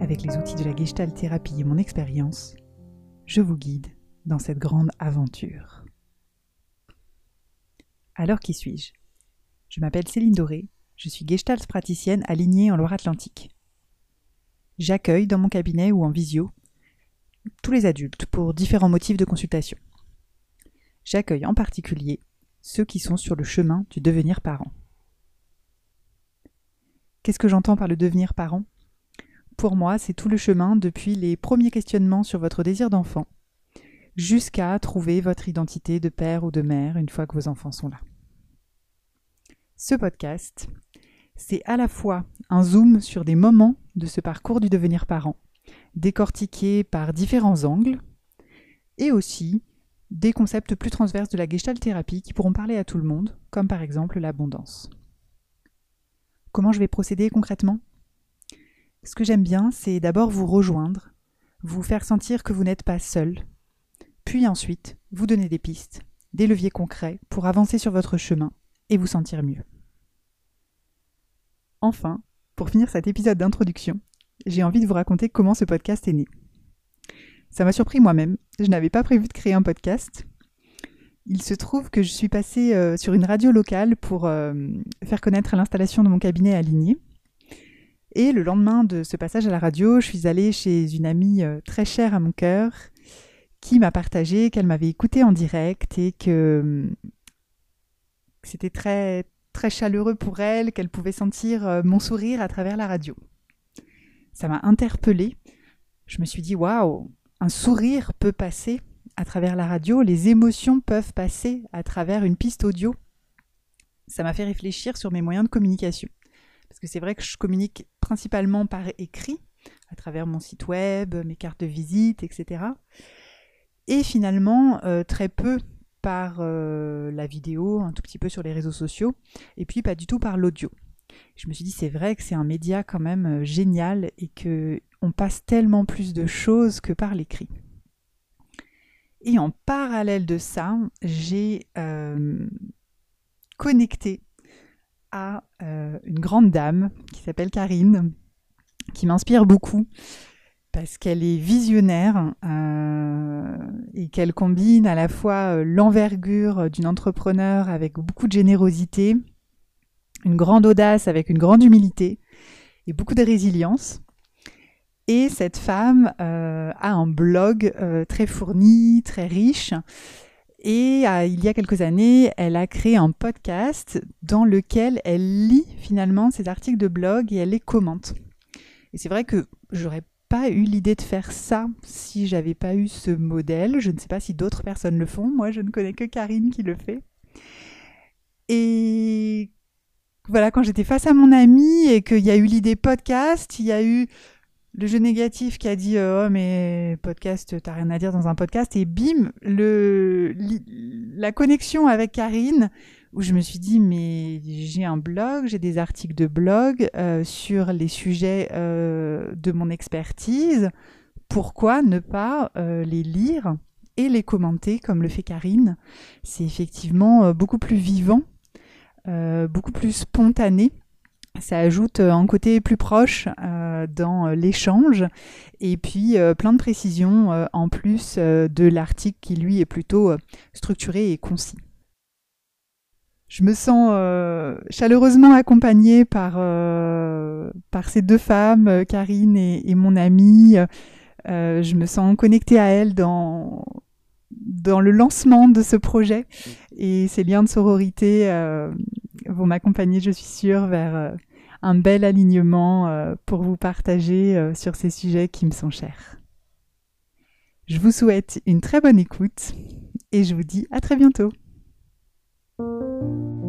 avec les outils de la Gestalt thérapie et mon expérience, je vous guide dans cette grande aventure. Alors qui suis-je ? Je m'appelle Céline Doré, je suis Gestalt praticienne alignée en Loire-Atlantique. J'accueille dans mon cabinet ou en visio tous les adultes pour différents motifs de consultation. J'accueille en particulier ceux qui sont sur le chemin du devenir parent. Qu'est-ce que j'entends par le devenir parent ? Pour moi, c'est tout le chemin depuis les premiers questionnements sur votre désir d'enfant jusqu'à trouver votre identité de père ou de mère une fois que vos enfants sont là. Ce podcast, c'est à la fois un zoom sur des moments de ce parcours du devenir parent, décortiqués par différents angles, et aussi des concepts plus transverses de la Gestalt thérapie qui pourront parler à tout le monde, comme par exemple l'abondance. Comment je vais procéder concrètement ? Ce que j'aime bien, c'est d'abord vous rejoindre, vous faire sentir que vous n'êtes pas seul, puis ensuite vous donner des pistes, des leviers concrets pour avancer sur votre chemin et vous sentir mieux. Enfin, pour finir cet épisode d'introduction, j'ai envie de vous raconter comment ce podcast est né. Ça m'a surpris moi-même, je n'avais pas prévu de créer un podcast. Il se trouve que je suis passée sur une radio locale pour faire connaître l'installation de mon cabinet aligné. Et le lendemain de ce passage à la radio, je suis allée chez une amie très chère à mon cœur qui m'a partagé qu'elle m'avait écoutée en direct et que c'était très, très chaleureux pour elle, qu'elle pouvait sentir mon sourire à travers la radio. Ça m'a interpellée. Je me suis dit, waouh, un sourire peut passer à travers la radio, les émotions peuvent passer à travers une piste audio. Ça m'a fait réfléchir sur mes moyens de communication. Parce que c'est vrai que je communique principalement par écrit, à travers mon site web, mes cartes de visite, etc. Et finalement, très peu par la vidéo, un tout petit peu sur les réseaux sociaux, et puis pas du tout par l'audio. Je me suis dit, c'est vrai que c'est un média quand même génial et qu'on passe tellement plus de choses que par l'écrit. Et en parallèle de ça, j'ai connecté à une grande dame qui s'appelle Karine, qui m'inspire beaucoup parce qu'elle est visionnaire et qu'elle combine à la fois l'envergure d'une entrepreneur avec beaucoup de générosité, une grande audace avec une grande humilité et beaucoup de résilience. Et cette femme a un blog très fourni, très riche. Et il y a quelques années, elle a créé un podcast dans lequel elle lit finalement ses articles de blog et elle les commente. Et c'est vrai que j'aurais pas eu l'idée de faire ça si j'avais pas eu ce modèle. Je ne sais pas si d'autres personnes le font. Moi, je ne connais que Karine qui le fait. Et voilà, quand j'étais face à mon amie et qu'il y a eu l'idée podcast, il y a eu le jeu négatif qui a dit oh mais podcast, t'as rien à dire dans un podcast, et bim, la connexion avec Karine où je me suis dit mais j'ai un blog, j'ai des articles de blog sur les sujets de mon expertise, pourquoi ne pas les lire et les commenter comme le fait Karine ? C'est effectivement beaucoup plus vivant, beaucoup plus spontané. Ça ajoute un côté plus proche dans l'échange et puis plein de précisions en plus de l'article qui lui est plutôt structuré et concis. Je me sens chaleureusement accompagnée par ces deux femmes, Karine et mon amie. Je me sens connectée à elles dans le lancement de ce projet et ces liens de sororité vont m'accompagner, je suis sûre, vers un bel alignement pour vous partager sur ces sujets qui me sont chers. Je vous souhaite une très bonne écoute et je vous dis à très bientôt.